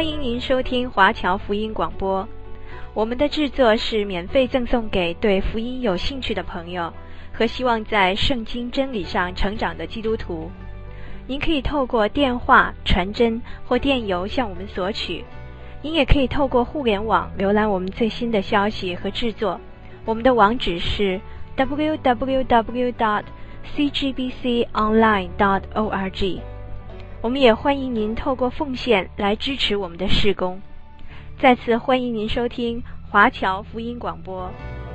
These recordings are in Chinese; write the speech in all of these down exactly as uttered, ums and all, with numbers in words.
欢迎您收听华侨福音广播。我们的制作是免费赠送给对福音有兴趣的朋友和希望在圣经真理上成长的基督徒。您可以透过电话、传真或电邮向我们索取。您也可以透过互联网浏览我们最新的消息和制作。我们的网址是 double-u double-u double-u dot c g b c online dot org。我们也欢迎您透过奉献来支持我们的事工。再次欢迎您收听华侨福音广播。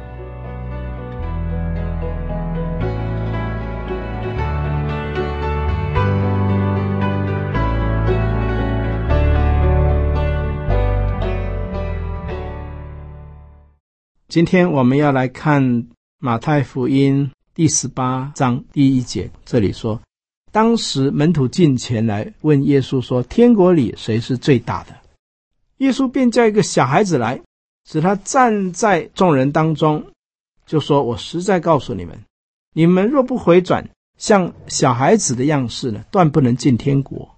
今天我们要来看马太福音第十八章第一节，这里说，当时门徒进前来问耶稣说，天国里谁是最大的？耶稣便叫一个小孩子来，使他站在众人当中，就说，我实在告诉你们，你们若不回转，像小孩子的样式呢，断不能进天国。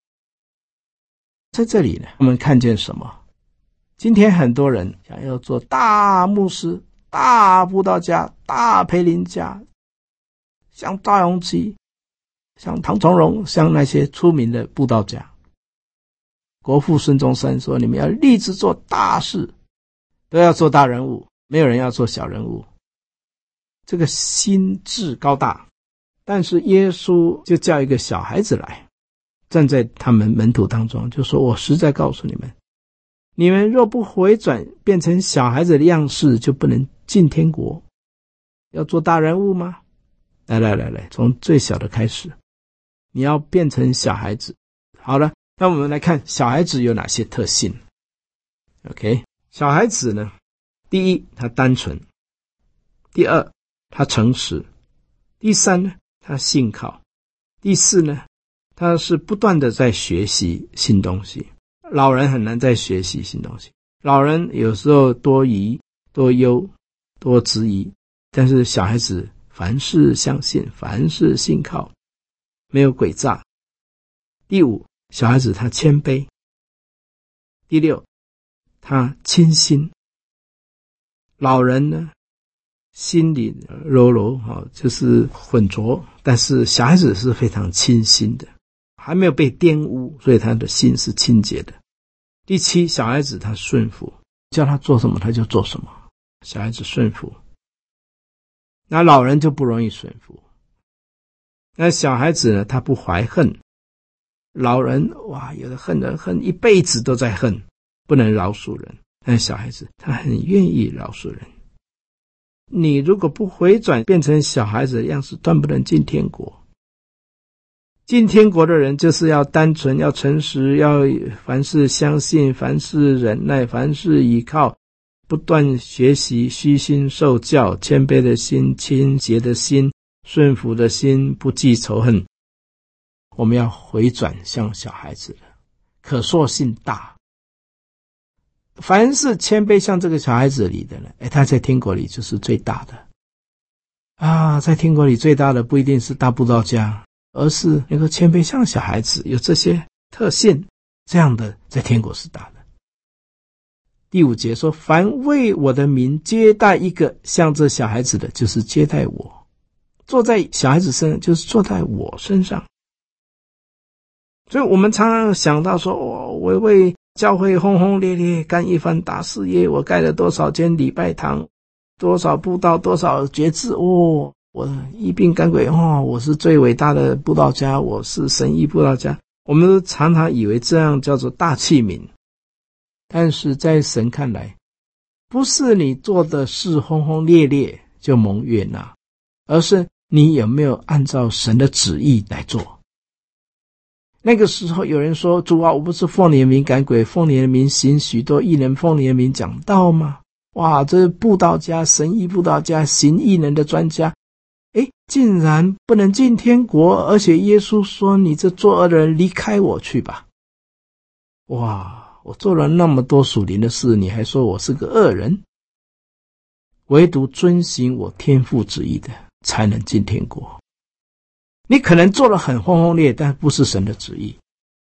在这里呢，我们看见什么？今天很多人想要做大牧师、大布道家、大培灵家，像赵镕基、像唐崇荣，像那些出名的布道家。国父孙中山说，你们要立志做大事，都要做大人物，没有人要做小人物。这个心志高大，但是耶稣就叫一个小孩子来，站在他们门徒当中，就说，我实在告诉你们，你们若不回转变成小孩子的样式，就不能进天国。要做大人物吗？来来来来，从最小的开始，你要变成小孩子。好了，那我们来看小孩子有哪些特性。 OK， 小孩子呢，第一，他单纯；第二，他诚实；第三呢，他信靠；第四呢，他是不断的在学习新东西。老人很难再学习新东西，老人有时候多疑、多忧、多质疑，但是小孩子凡事相信，凡事信靠，没有诡诈。第五，小孩子他谦卑。第六，他清心。老人呢，心里柔柔，就是浑浊，但是小孩子是非常清心的，还没有被玷污，所以他的心是清洁的。第七，小孩子他顺服，叫他做什么他就做什么，小孩子顺服。那老人就不容易顺服。那小孩子呢，他不怀恨，老人哇，有的恨人恨一辈子都在恨，不能饶恕人。但小孩子他很愿意饶恕人。你如果不回转变成小孩子的样式，断不能进天国。进天国的人就是要单纯，要诚实，要凡事相信，凡事忍耐，凡事倚靠，不断学习，虚心受教，谦卑的心，清洁的心，顺服的心，不记仇恨。我们要回转像小孩子了，可塑性大。凡是谦卑像这个小孩子里的呢，诶，他在天国里就是最大的啊！在天国里最大的不一定是大布道家，而是能够谦卑像小孩子，有这些特性，这样的在天国是大的。第五节说，凡为我的名接待一个像这小孩子的，就是接待我。坐在小孩子身上，就是坐在我身上。所以我们常常想到说，哦，我为教会轰轰烈烈干一番大事业，我盖了多少间礼拜堂，多少布道，多少节制，哦，我一并赶鬼，哦，我是最伟大的布道家，我是神医布道家。我们都常常以为这样叫做大器皿，但是在神看来，不是你做的事轰轰烈烈就蒙悦纳，而是你有没有按照神的旨意来做。那个时候有人说，主啊，我不是奉你的名赶鬼，奉你的名行许多异能，奉你的名讲道吗？哇，这是布道家，神医布道家，行异能的专家，诶，竟然不能进天国，而且耶稣说，你这作恶的人离开我去吧。哇，我做了那么多属灵的事，你还说我是个恶人？唯独遵行我天父旨意的才能进天国。你可能做了很轰轰烈烈，但不是神的旨意。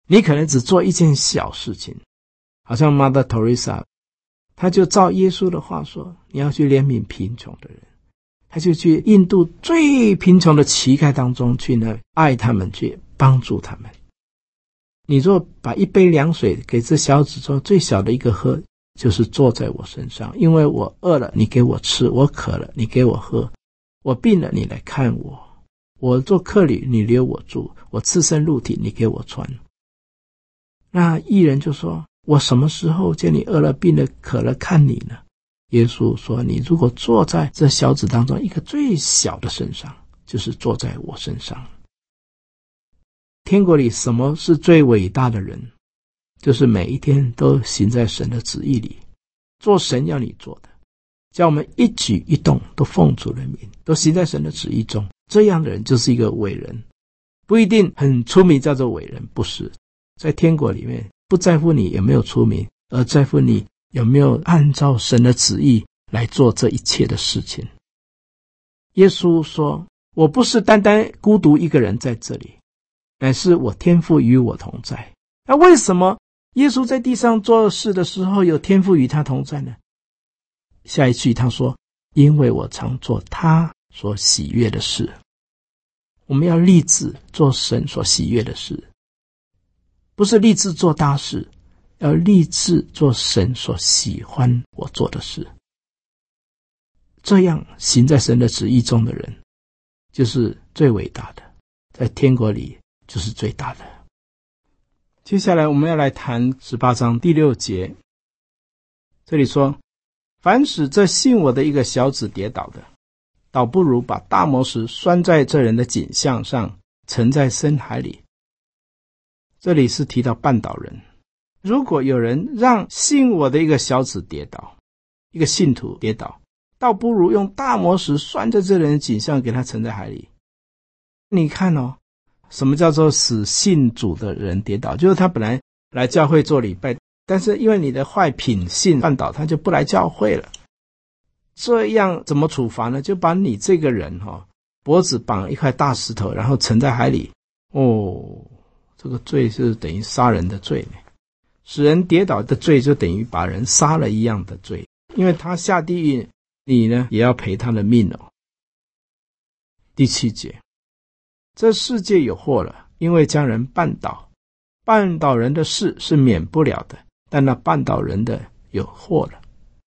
你可能只做一件小事情，好像 Mother Teresa， 他就照耶稣的话说，你要去怜悯贫穷的人，他就去印度最贫穷的乞丐当中去呢爱他们，去帮助他们。你若把一杯凉水给这小子说，最小的一个喝，就是坐在我身上，因为我饿了你给我吃，我渴了你给我喝，我病了你来看我，我做客旅你留我住，我赤身露体你给我穿。那义人就说，我什么时候见你饿了病了渴了看你呢？耶稣说，你如果坐在这小子当中一个最小的身上，就是坐在我身上。天国里什么是最伟大的人？就是每一天都行在神的旨意里，做神要你做的，叫我们一举一动都奉主的名，都行在神的旨意中，这样的人就是一个伟人。不一定很出名叫做伟人，不是。在天国里面不在乎你有没有出名，而在乎你有没有按照神的旨意来做这一切的事情。耶稣说，我不是单单孤独一个人在这里，乃是我天父与我同在。那为什么耶稣在地上做事的时候有天父与他同在呢？下一句他说，因为我常做他所喜悦的事。我们要立志做神所喜悦的事，不是立志做大事，要立志做神所喜欢我做的事。这样行在神的旨意中的人，就是最伟大的，在天国里就是最大的。接下来我们要来谈十八章第六节，这里说，凡使这信我的一个小子跌倒的，倒不如把大磨石拴在这人的颈项上，沉在深海里。这里是提到绊倒人，如果有人让信我的一个小子跌倒，一个信徒跌倒，倒不如用大磨石拴在这人的颈项，给他沉在海里。你看哦，什么叫做使信主的人跌倒？就是他本来来教会做礼拜，但是因为你的坏品性绊倒，他就不来教会了。这样怎么处罚呢？就把你这个人哦，脖子绑一块大石头，然后沉在海里。哦，这个罪是等于杀人的罪呢，使人跌倒的罪就等于把人杀了一样的罪，因为他下地狱，你呢也要赔他的命哦。第七节，这世界有祸了，因为将人绊倒，绊倒人的事是免不了的，但那绊倒人的有祸了。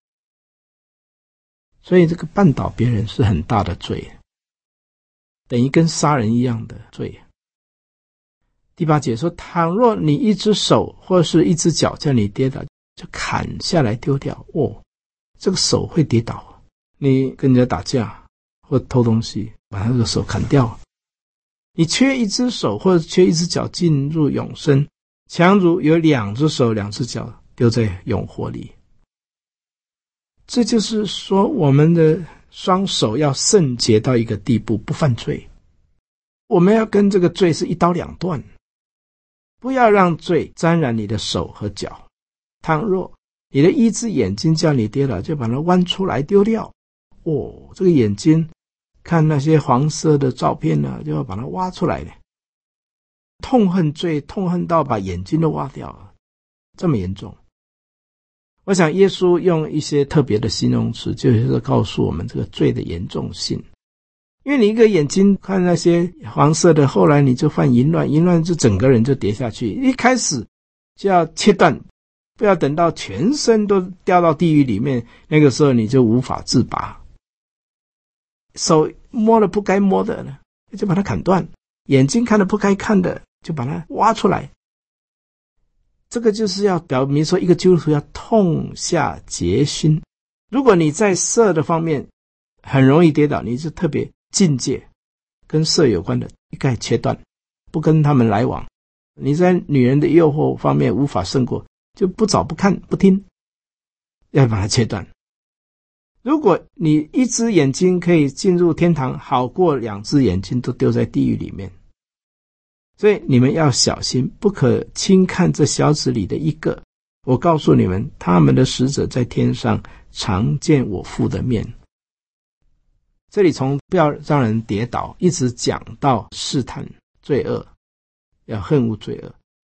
所以这个绊倒别人是很大的罪，等于跟杀人一样的罪。第八节说，倘若你一只手或是一只脚叫你跌倒，就砍下来丢掉。哦，这个手会跌倒，你跟人家打架或偷东西，把他这个手砍掉。你缺一只手或者缺一只脚进入永生，强如有两只手两只脚丢在永火里。这就是说，我们的双手要圣洁到一个地步，不犯罪。我们要跟这个罪是一刀两断，不要让罪沾染你的手和脚。倘若你的一只眼睛叫你跌倒，就把它弯出来丢掉。哦，这个眼睛看那些黄色的照片呢、啊，就要把它挖出来。痛恨罪，痛恨到把眼睛都挖掉了，这么严重。我想耶稣用一些特别的形容词，就是告诉我们这个罪的严重性。因为你一个眼睛看那些黄色的，后来你就犯淫乱，淫乱就整个人就跌下去。一开始就要切断，不要等到全身都掉到地狱里面，那个时候你就无法自拔。手摸了不该摸的呢，就把它砍断；眼睛看了不该看的，就把它挖出来。这个就是要表明说，一个基督徒要痛下决心。如果你在色的方面很容易跌倒，你就特别境界跟色有关的一概切断，不跟他们来往。你在女人的诱惑方面无法胜过，就不找不看不听，要把它切断。如果你一只眼睛可以进入天堂，好过两只眼睛都丢在地狱里面。所以你们要小心，不可轻看这小子里的一个。我告诉你们，他们的使者在天上常见我父的面。这里从不要让人跌倒一直讲到试探罪恶，要恨恶罪恶。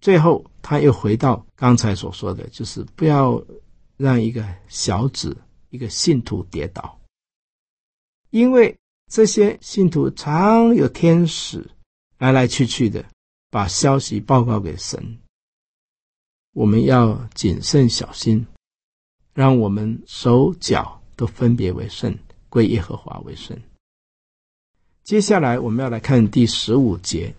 最后他又回到刚才所说的，就是不要让一个小子一个信徒跌倒，因为这些信徒常有天使来来去去的把消息报告给神，我们要谨慎小心，让我们手脚都分别为圣，归耶和华为圣。接下来我们要来看第十五节，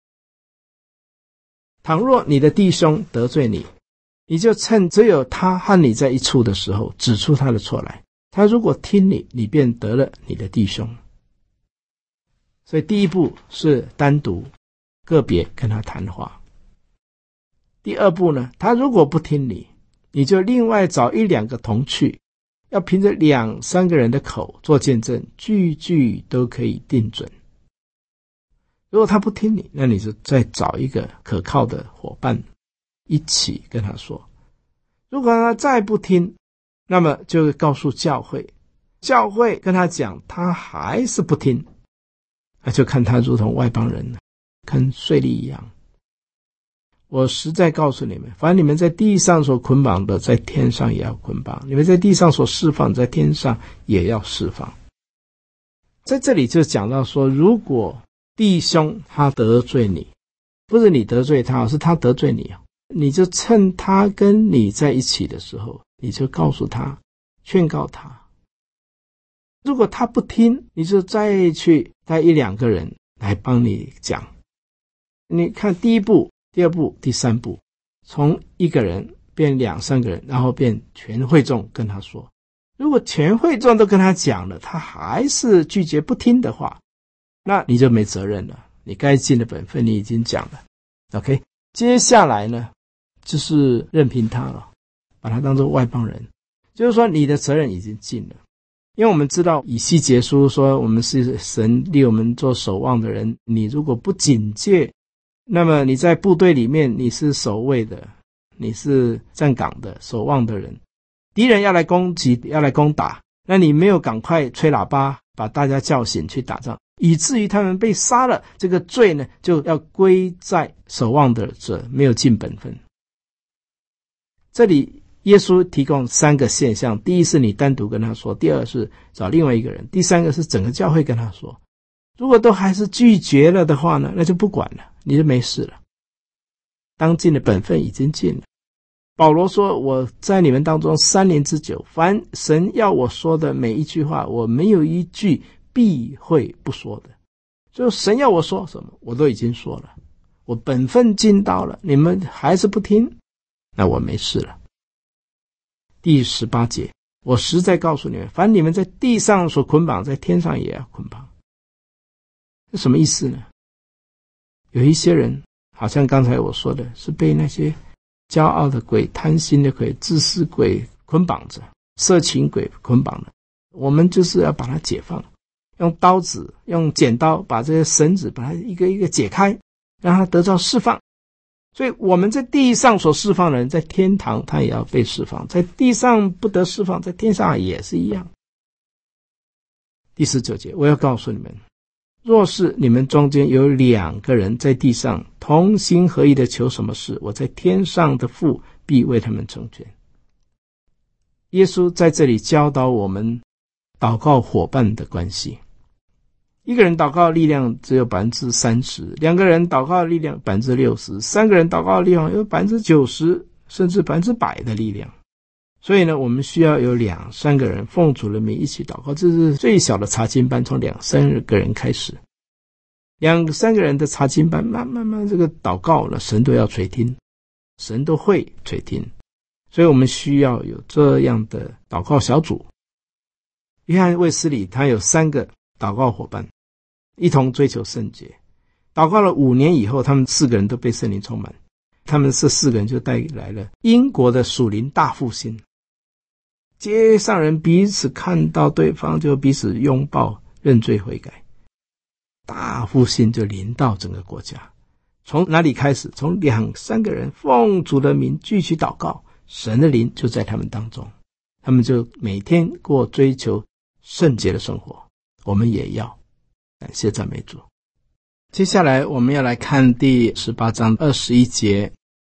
倘若你的弟兄得罪你，你就趁只有他和你在一处的时候指出他的错来，他如果听你，你便得了你的弟兄。所以第一步是单独个别跟他谈话，第二步呢，他如果不听你，你就另外找一两个同去，要凭着两三个人的口做见证，句句都可以定准。如果他不听你，那你就再找一个可靠的伙伴一起跟他说。如果他再不听，那么就告诉教会，教会跟他讲，他还是不听，那就看他如同外邦人，跟税吏一样。我实在告诉你们，凡你们在地上所捆绑的，在天上也要捆绑；你们在地上所释放，在天上也要释放。在这里就讲到说，如果弟兄他得罪你，不是你得罪他，是他得罪你，你就趁他跟你在一起的时候，你就告诉他，劝告他。如果他不听，你就再去带一两个人来帮你讲。你看第一步、第二步、第三步，从一个人变两三个人，然后变全会众跟他说。如果全会众都跟他讲了，他还是拒绝不听的话，那你就没责任了，你该尽的本分你已经讲了。 OK， 接下来呢就是任凭他了，把他当作外邦人，就是说你的责任已经尽了。因为我们知道以西结书说，我们是神立我们做守望的人，你如果不警戒，那么你在部队里面你是守卫的，你是站岗的守望的人，敌人要来攻击要来攻打，那你没有赶快吹喇叭把大家叫醒去打仗，以至于他们被杀了，这个罪呢就要归在守望的者没有尽本分。这里耶稣提供三个现象，第一是你单独跟他说，第二是找另外一个人，第三个是整个教会跟他说。如果都还是拒绝了的话呢，那就不管了，你就没事了，当尽的本分已经尽了。保罗说，我在你们当中三年之久，凡神要我说的每一句话，我没有一句避讳不说的。就神要我说什么我都已经说了，我本分尽到了，你们还是不听，那我没事了。第十八节，我实在告诉你们，凡你们在地上所捆绑，在天上也要捆绑。这什么意思呢？有一些人好像刚才我说的，是被那些骄傲的鬼、贪心的鬼、自私鬼捆绑着，色情鬼捆绑了，我们就是要把它解放，用刀子用剪刀把这些绳子把它一个一个解开，让它得到释放。所以我们在地上所释放的人，在天堂他也要被释放，在地上不得释放，在天上也是一样。第十九节，我要告诉你们，若是你们中间有两个人在地上同心合意的求什么事，我在天上的父必为他们成全。耶稣在这里教导我们祷告伙伴的关系。一个人祷告的力量只有 百分之三十， 两个人祷告的力量 百分之六十， 三个人祷告的力量有 百分之九十 甚至 百分之百 的力量。所以呢，我们需要有两三个人奉主的名一起祷告，这是最小的查经班，从两三个人开始，两三个人的查经班，慢慢慢这个祷告了，神都要垂听，神都会垂听。所以我们需要有这样的祷告小组。约翰卫斯理他有三个祷告伙伴，一同追求圣洁。祷告了五年以后，他们四个人都被圣灵充满，他们这四个人就带来了英国的属灵大复兴。街上人彼此看到对方就彼此拥抱认罪悔改，大复兴就临到整个国家。从哪里开始？从两三个人奉主的名聚集祷告，神的灵就在他们当中，他们就每天过追求圣洁的生活。我们也要感谢赞美主。接下来我们要来看第十八章二十一节，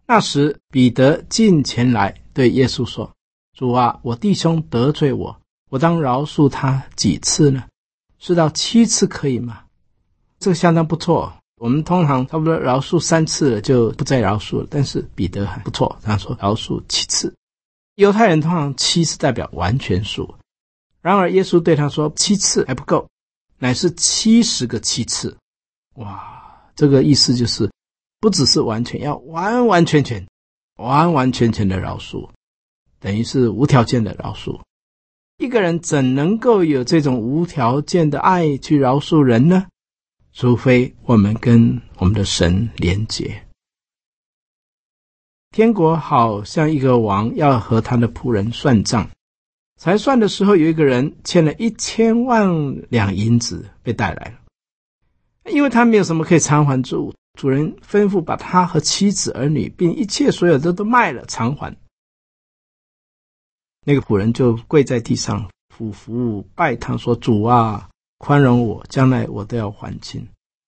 那时彼得近前来对耶稣说，主啊，我弟兄得罪我，我当饶恕他几次呢？是到七次可以吗？这个相当不错，我们通常差不多饶恕三次了就不再饶恕了，但是彼得还不错，他说饶恕七次。犹太人通常七次代表完全数，然而耶稣对他说七次还不够，乃是七十个七次。哇，这个意思就是不只是完全，要完完全全完完全全的饶恕，等于是无条件的饶恕。一个人怎能够有这种无条件的爱去饶恕人呢？除非我们跟我们的神连结。天国好像一个王要和他的仆人算账，才算的时候有一个人欠了一千万两银子被带来了，因为他没有什么可以偿还之物，主人吩咐把他和妻子儿女并一切所有的都卖了偿还。那个仆人就跪在地上俯伏拜他说，主啊，宽容我，将来我都要还清。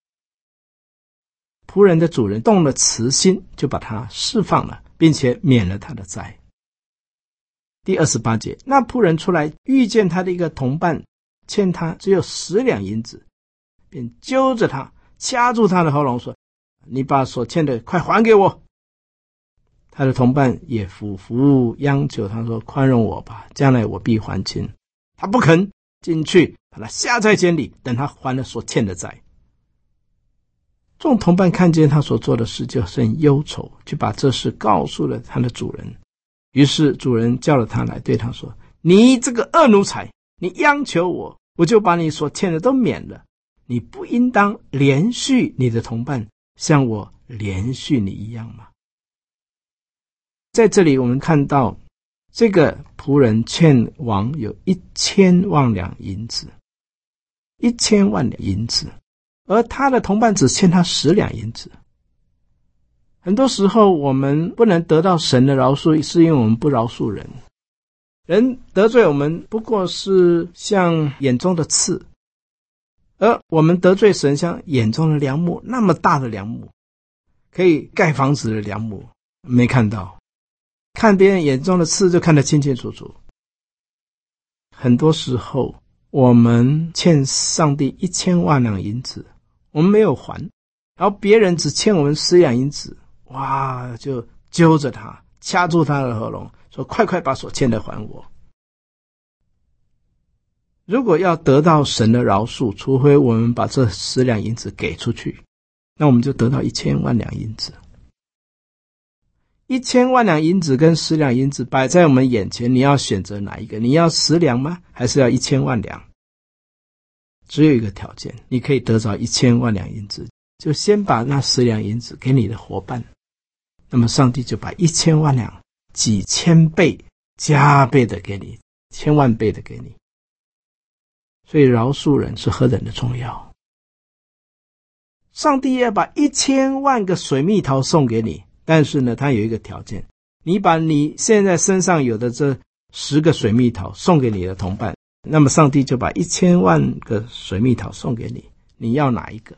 仆人的主人动了慈心，就把他释放了，并且免了他的债。第二十八节，那仆人出来遇见他的一个同伴欠他只有十两银子，便揪着他掐住他的喉咙说，你把所欠的快还给我。他的同伴也俯伏央求他说，宽容我吧，将来我必还清。他不肯，进去把他下在监里，等他还了所欠的债。众同伴看见他所做的事，就甚忧愁，就把这事告诉了他的主人。于是主人叫了他来，对他说，你这个恶奴才，你央求我，我就把你所欠的都免了，你不应当连续你的同伴，像我连续你一样吗？在这里我们看到这个仆人欠王有一千万两银子，一千万两银子，而他的同伴只欠他十两银子。很多时候我们不能得到神的饶恕，是因为我们不饶恕人。人得罪我们不过是像眼中的刺，而我们得罪神像眼中的梁木，那么大的梁木，可以盖房子的梁木，没看到。看别人眼中的刺就看得清清楚楚。很多时候我们欠上帝一千万两银子，我们没有还，然后别人只欠我们十两银子，哇，就揪着他掐住他的喉咙说，快快把所欠的还我。如果要得到神的饶恕，除非我们把这十两银子给出去，那我们就得到一千万两银子。一千万两银子跟十两银子摆在我们眼前，你要选择哪一个？你要十两吗？还是要一千万两？只有一个条件，你可以得着一千万两银子，就先把那十两银子给你的伙伴，那么上帝就把一千万两几千倍加倍的给你，千万倍的给你。所以饶恕人是何等的重要。上帝要把一千万个水蜜桃送给你，但是呢，他有一个条件，你把你现在身上有的这十个水蜜桃送给你的同伴，那么上帝就把一千万个水蜜桃送给你，你要哪一个？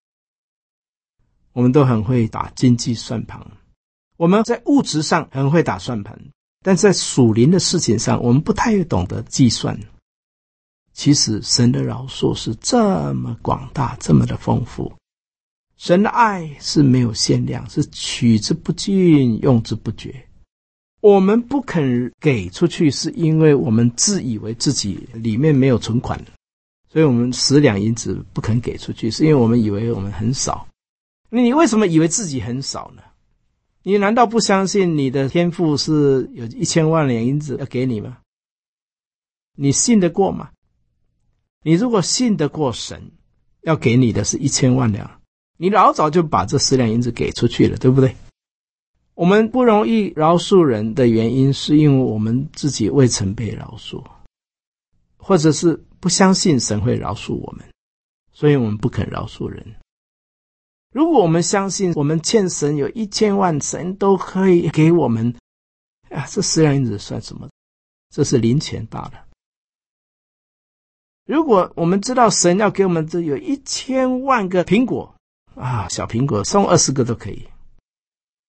我们都很会打经济算盘，我们在物质上很会打算盘，但在属灵的事情上，我们不太懂得计算。其实神的饶恕是这么广大，这么的丰富。神的爱是没有限量，是取之不尽，用之不绝。我们不肯给出去，是因为我们自以为自己里面没有存款，所以我们十两银子不肯给出去，是因为我们以为我们很少。你为什么以为自己很少呢？你难道不相信你的天父是有一千万两银子要给你吗？你信得过吗？你如果信得过神，要给你的是一千万两，你老早就把这十两银子给出去了，对不对？我们不容易饶恕人的原因，是因为我们自己未曾被饶恕，或者是不相信神会饶恕我们，所以我们不肯饶恕人。如果我们相信我们欠神有一千万，神都可以给我们，啊，这十两银子算什么？这是零钱罢了。如果我们知道神要给我们这有一千万个苹果啊，小苹果送二十个都可以，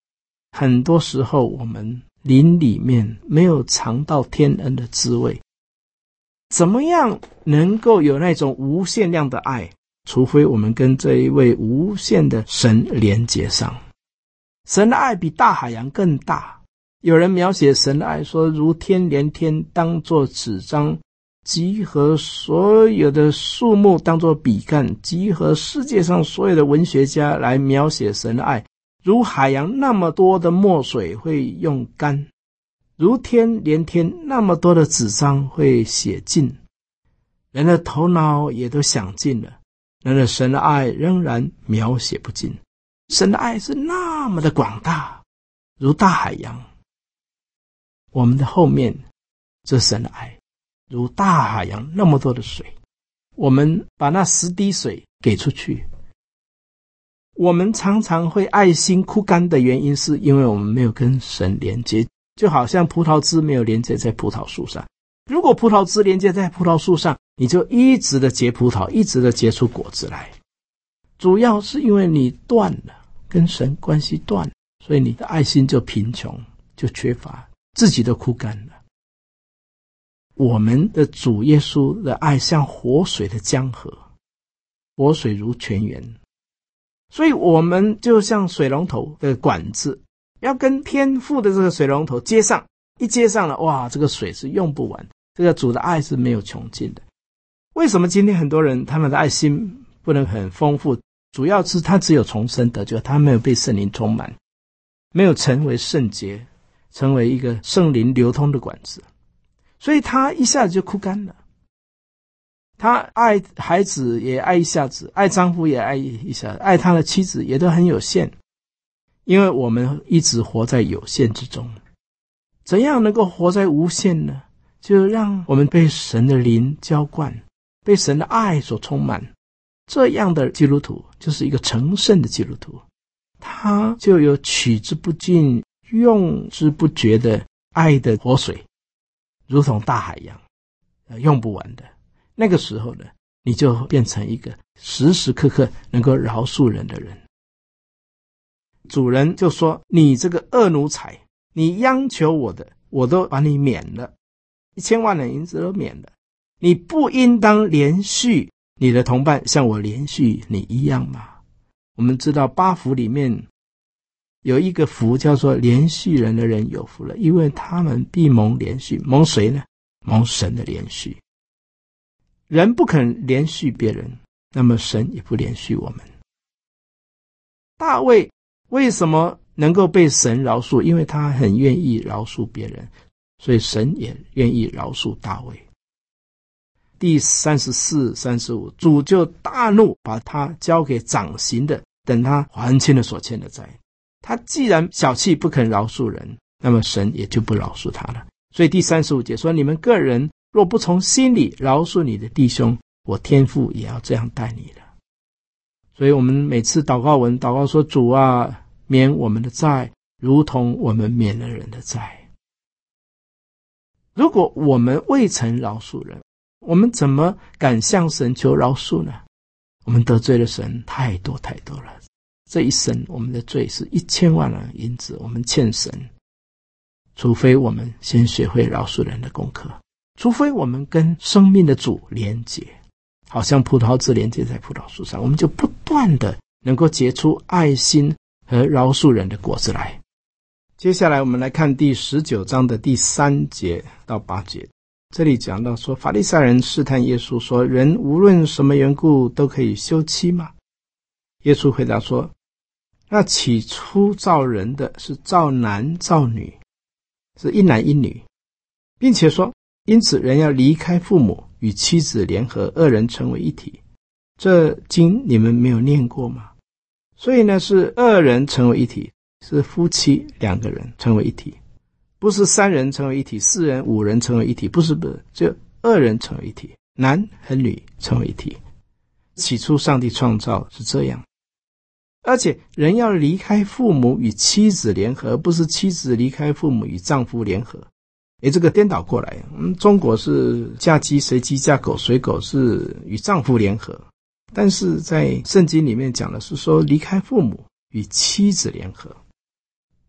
很多时候我们灵里面没有尝到天恩的滋味，怎么样能够有那种无限量的爱？除非我们跟这一位无限的神连结上。神的爱比大海洋更大，有人描写神的爱说，如天连天，当作纸张，集合所有的树木当作笔杆，集合世界上所有的文学家来描写神的爱，如海洋那么多的墨水会用干，如天连天，那么多的纸张会写尽，人的头脑也都想尽了，然而神的爱仍然描写不尽。神的爱是那么的广大，如大海洋。我们的后面，这神的爱如大海洋那么多的水，我们把那十滴水给出去。我们常常会爱心枯干的原因，是因为我们没有跟神连接，就好像葡萄枝没有连接在葡萄树上。如果葡萄枝连接在葡萄树上，你就一直的结葡萄，一直的结出果子来。主要是因为你断了，跟神关系断了，所以你的爱心就贫穷，就缺乏，自己都枯干了。我们的主耶稣的爱像活水的江河，活水如泉源，所以我们就像水龙头的管子，要跟天父的这个水龙头接上，一接上了，哇，这个水是用不完，这个主的爱是没有穷尽的。为什么今天很多人他们的爱心不能很丰富？主要是他只有重生得救，他没有被圣灵充满，没有成为圣洁，成为一个圣灵流通的管子，所以他一下子就枯干了。他爱孩子也爱一下子，爱丈夫也爱一下子，爱他的妻子也都很有限，因为我们一直活在有限之中。怎样能够活在无限呢？就让我们被神的灵浇灌，被神的爱所充满。这样的基督徒就是一个成圣的基督徒，他就有取之不尽用之不绝的爱的活水，如同大海洋，用不完的。那个时候呢，你就变成一个时时刻刻能够饶恕人的人。主人就说，你这个恶奴才，你央求我的，我都把你免了，一千万两银子都免了，你不应当连续你的同伴像我连续你一样吗？我们知道八福里面有一个福叫做连续人的人有福了，因为他们必蒙连续。蒙谁呢？蒙神的连续。人不肯连续别人，那么神也不连续我们。大卫为什么能够被神饶恕？因为他很愿意饶恕别人，所以神也愿意饶恕大卫。第三十四、三十五，主就大怒，把他交给掌刑的，等他还清了所欠的债。他既然小气不肯饶恕人，那么神也就不饶恕他了。所以第三十五节说，你们个人若不从心里饶恕你的弟兄，我天父也要这样待你了。所以我们每次祷告文祷告说，主啊，免我们的债，如同我们免了人的债。如果我们未曾饶恕人，我们怎么敢向神求饶恕呢？我们得罪了神太多太多了。这一生我们的罪是一千万两银子，我们欠神。除非我们先学会饶恕人的功课，除非我们跟生命的主连结，好像葡萄枝连接在葡萄树上，我们就不断的能够结出爱心和饶恕人的果子来。接下来我们来看第十九章的第三节到八节。这里讲到说，法利赛人试探耶稣说，人无论什么缘故都可以休妻吗？耶稣回答说，那起初造人的是造男造女，是一男一女，并且说，因此人要离开父母，与妻子联合，二人成为一体。这经你们没有念过吗？所以呢，是二人成为一体，是夫妻两个人成为一体，不是三人成为一体，四人五人成为一体，不是不是，就二人成为一体，男和女成为一体。起初上帝创造是这样，而且人要离开父母与妻子联合，而不是妻子离开父母与丈夫联合。诶，这个颠倒过来，嗯，中国是嫁鸡随鸡，嫁狗随狗，是与丈夫联合，但是在圣经里面讲的是说离开父母与妻子联合。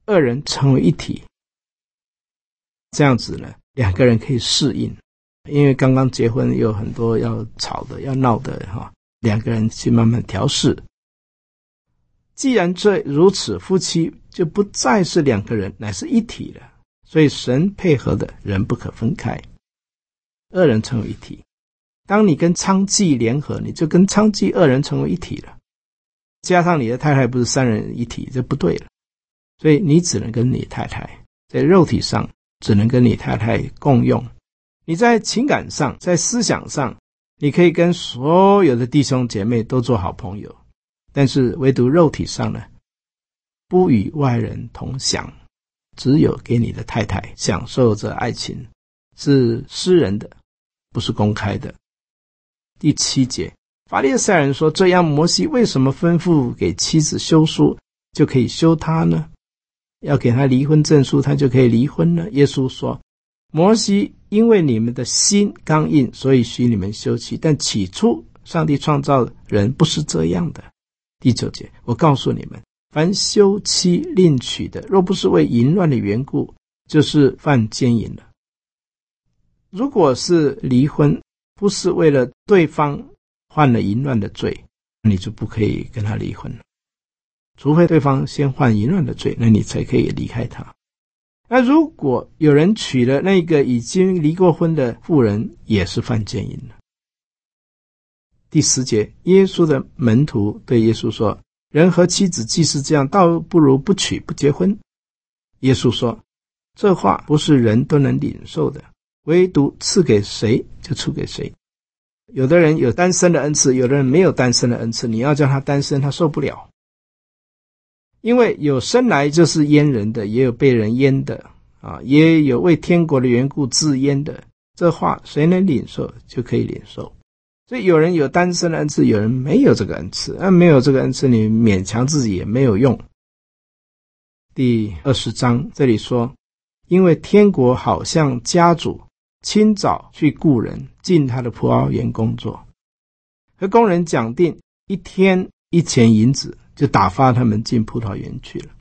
二人成为一体。这样子呢，两个人可以适应，因为刚刚结婚有很多要吵的要闹的哈，两个人去慢慢调试。既然这如此，夫妻就不再是两个人，乃是一体了。所以神配合的人不可分开，二人成为一体。当你跟娼妓联合，你就跟娼妓二人成为一体了。加上你的太太不是三人一体，这不对了。所以你只能跟你太太在肉体上只能跟你太太共用，你在情感上在思想上你可以跟所有的弟兄姐妹都做好朋友，但是唯独肉体上呢，不与外人同享，只有给你的太太享受着爱情，是私人的，不是公开的。第七节，法利赛人说，这样摩西为什么吩咐给妻子休书就可以休她呢？要给他离婚证书他就可以离婚呢？耶稣说，摩西因为你们的心刚硬，所以许你们休妻，但起初上帝创造人不是这样的。第九节，我告诉你们，凡休妻另娶的，若不是为淫乱的缘故，就是犯奸淫了。如果是离婚不是为了对方犯了淫乱的罪，你就不可以跟他离婚了，除非对方先犯淫乱的罪，那你才可以离开他。那如果有人娶了那个已经离过婚的妇人，也是犯奸淫了。第十节，耶稣的门徒对耶稣说，人和妻子既是这样，倒不如不娶不结婚。耶稣说，这话不是人都能领受的，唯独赐给谁就赐给谁。有的人有单身的恩赐，有的人没有单身的恩赐，你要叫他单身他受不了。因为有生来就是阉人的，也有被人阉的啊，也有为天国的缘故自阉的，这话谁能领受就可以领受。所以有人有单身的恩赐，有人没有这个恩赐，那没有这个恩赐你勉强自己也没有用。第二十章这里说，因为天国好像家主清早去雇人进他的葡萄园工作，和工人讲定一天一钱银子，就打发他们进葡萄园去了。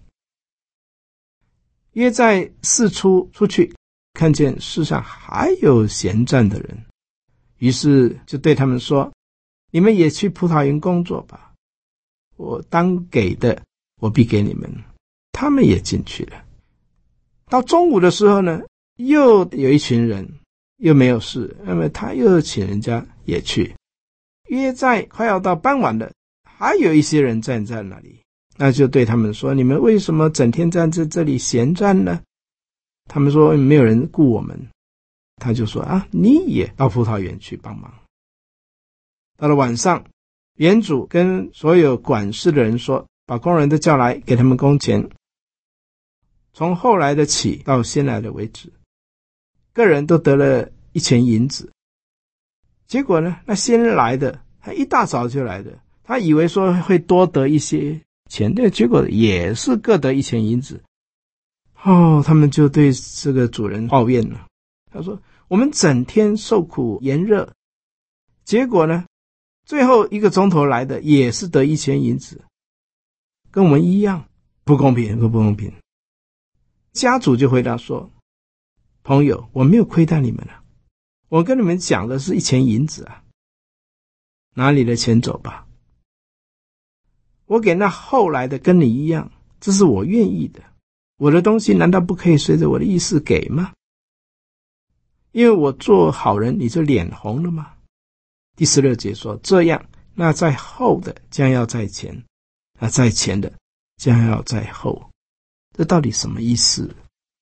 约在四出出去，看见世上还有闲站的人，于是就对他们说，你们也去葡萄园工作吧，我当给的我必给你们。他们也进去了。到中午的时候呢，又有一群人又没有事，那么他又请人家也去。约在快要到傍晚了，还有一些人站在那里，那就对他们说，你们为什么整天站在这里闲站呢？他们说，没有人雇我们。他就说，啊，你也到葡萄园去帮忙。到了晚上，园主跟所有管事的人说，把工人都叫来，给他们工钱，从后来的起到先来的为止，个人都得了一钱银子。结果呢，那先来的他一大早就来的，他以为说会多得一些钱，对，结果也是各得一钱银子。哦，他们就对这个主人抱怨了。他说，我们整天受苦炎热，结果呢，最后一个钟头来的也是得一钱银子，跟我们一样，不公平，不公平。家主就回答说，朋友，我没有亏待你们了，我跟你们讲的是一钱银子啊，拿你的钱走吧。我给那后来的跟你一样，这是我愿意的，我的东西难道不可以随着我的意思给吗？因为我做好人，你就脸红了吗？第十六节说，这样，那在后的将要在前，那在前的将要在后。这到底什么意思？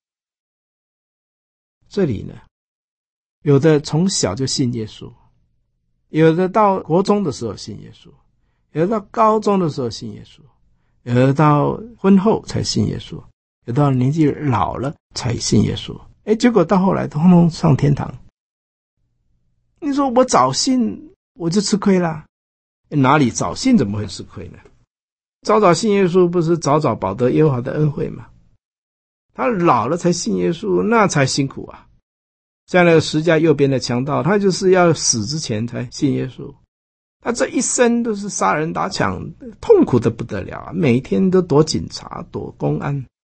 这里呢，有的从小就信耶稣，有的到国中的时候信耶稣，有的到高中的时候信耶稣，有的到婚后才信耶稣，有的到年纪老了才信耶稣。诶，结果到后来通通上天堂。你说我早信我就吃亏啦？哪里早信怎么会吃亏呢？早早信耶稣不是早早保得耶和华的恩惠吗？他老了才信耶稣，那才辛苦啊。像那个十架右边的强盗，他就是要死之前才信耶稣，他这一生都是杀人打抢，痛苦的不得了啊，每天都躲警察躲公安，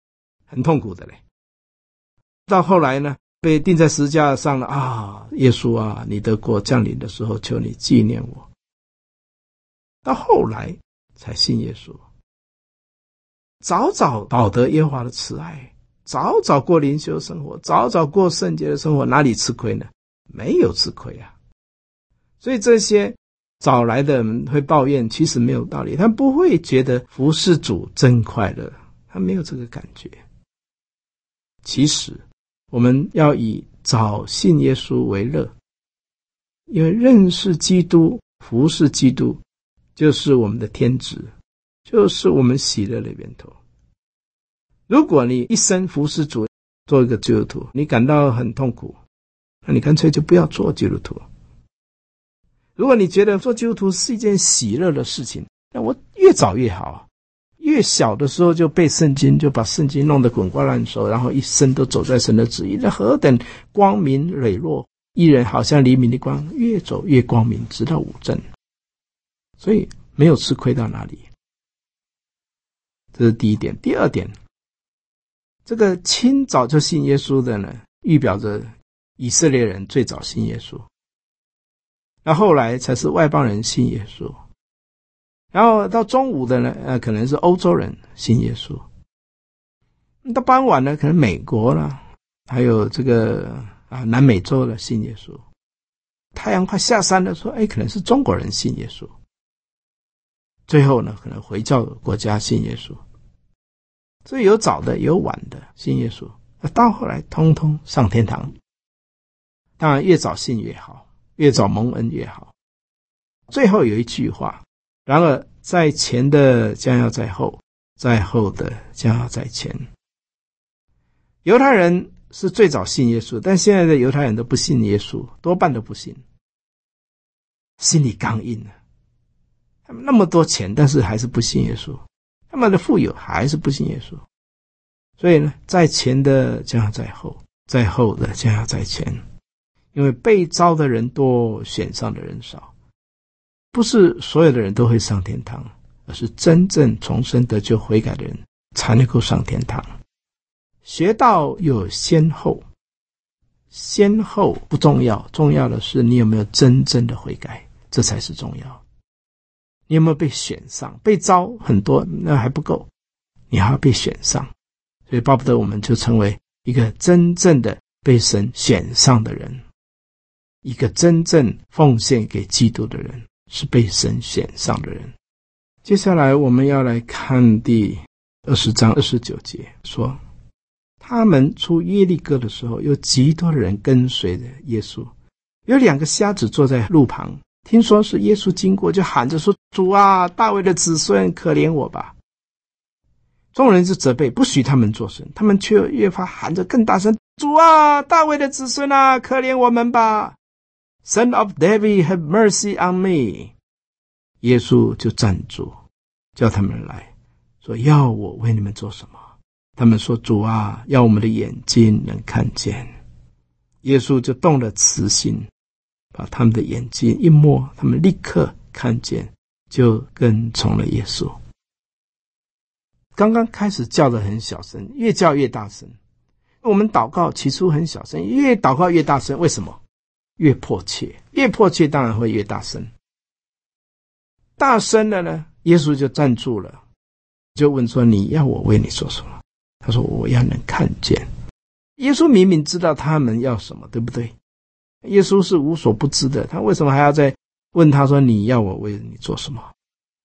很痛苦的嘞。到后来呢，被钉在十字架上了啊，耶稣啊，你的国降临的时候，求你纪念我。到后来才信耶稣，早早饱得耶和华的慈爱，早早过灵修生活，早早过圣洁的生活，哪里吃亏呢？没有吃亏啊。所以这些早来的人会抱怨，其实没有道理，他不会觉得服侍主真快乐，他没有这个感觉。其实我们要以早信耶稣为乐，因为认识基督、服侍基督就是我们的天职，就是我们喜乐的源头。如果你一生服侍主，做一个基督徒，你感到很痛苦，那你干脆就不要做基督徒。如果你觉得做基督徒是一件喜乐的事情，那我越早越好，越小的时候就背圣经，就把圣经弄得滚瓜烂熟，然后一生都走在神的旨意，那何等光明磊落，一人好像黎明的光，越走越光明，直到五正。所以没有吃亏到哪里，这是第一点。第二点，这个清早就信耶稣的呢，预表着以色列人最早信耶稣，那后来才是外邦人信耶稣，然后到中午的呢，呃，可能是欧洲人信耶稣，到傍晚呢，可能美国啦，还有这个啊南美洲的信耶稣，太阳快下山的时候，哎，可能是中国人信耶稣，最后呢，可能回教国家信耶稣。所以有早的有晚的信耶稣，到后来通通上天堂。当然越早信越好，越早蒙恩越好。最后有一句话，然而在前的将要在后，在后的将要在前。犹太人是最早信耶稣，但现在的犹太人都不信耶稣，多半都不信，心里刚硬了。他们那么多钱，但是还是不信耶稣，他们的富有还是不信耶稣。所以呢，在前的将要在后，在后的将要在前。因为被招的人多，选上的人少，不是所有的人都会上天堂，而是真正重生得救悔改的人才能够上天堂。学道有先后，先后不重要，重要的是你有没有真正的悔改，这才是重要。你有没有被选上？被招很多，那还不够，你还要被选上。所以巴不得我们就成为一个真正的被神选上的人，一个真正奉献给基督的人，是被神选上的人。接下来我们要来看第二十章二十九节，说他们出耶利哥的时候，有极多的人跟随着耶稣，有两个瞎子坐在路旁，听说是耶稣经过，就喊着说，主啊，大卫的子孙，可怜我吧。众人就责备，不许他们作声，他们却越发喊着更大声，主啊，大卫的子孙啊，可怜我们吧。Son of David, have mercy on me。 耶稣就站住，叫他们来，说要我为你们做什么？他们说，主啊，要我们的眼睛能看见。耶稣就动了慈心，把他们的眼睛一摸，他们立刻看见，就跟从了耶稣。刚刚开始叫得很小声，越叫越大声。我们祷告起初很小声，越祷告越大声，为什么？越迫切，越迫切当然会越大声。大声了呢，耶稣就站住了，就问说，你要我为你做什么？他说，我要能看见。耶稣明明知道他们要什么，对不对？耶稣是无所不知的，他为什么还要再问他说，你要我为你做什么？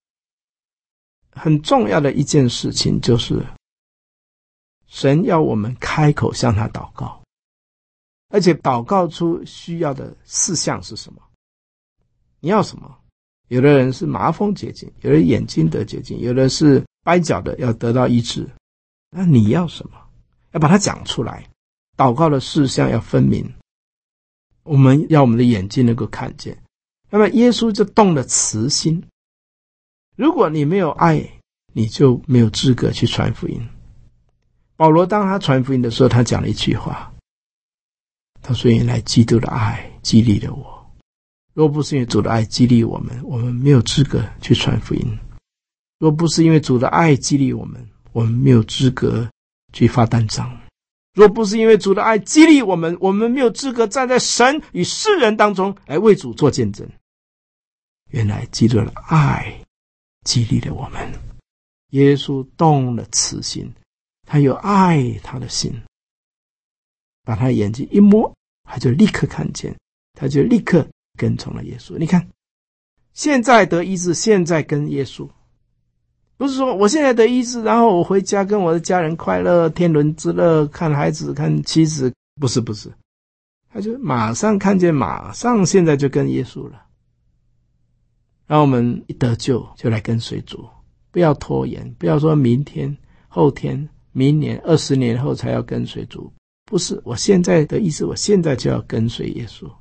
很重要的一件事情就是，神要我们开口向他祷告，而且祷告出需要的事项是什么？你要什么？有的人是麻风洁净，有的人眼睛得洁净，有的是掰脚的要得到医治。那你要什么？要把它讲出来，祷告的事项要分明。我们要我们的眼睛能够看见。那么耶稣就动了慈心。如果你没有爱，你就没有资格去传福音。保罗当他传福音的时候，他讲了一句话，他说，原来基督的爱激励了我，若不是因为主的爱激励我们，我们没有资格去传福音。若不是因为主的爱激励我们，我们没有资格去发单张。若不是因为主的爱激励我们，我们没有资格站在神与世人当中来为主做见证。原来基督的爱激励了我们，耶稣动了慈心，他有爱他的心，把他的眼睛一摸，他就立刻看见，他就立刻跟从了耶稣。你看，现在得医治，现在跟耶稣，不是说我现在得医治，然后我回家跟我的家人快乐，天伦之乐，看孩子看妻子，不是不是，他就马上看见，马上现在就跟耶稣了。让我们一得救就来跟随主，不要拖延，不要说明天后天明年二十年后才要跟随主，不是，我现在的意思，我现在就要跟随耶稣。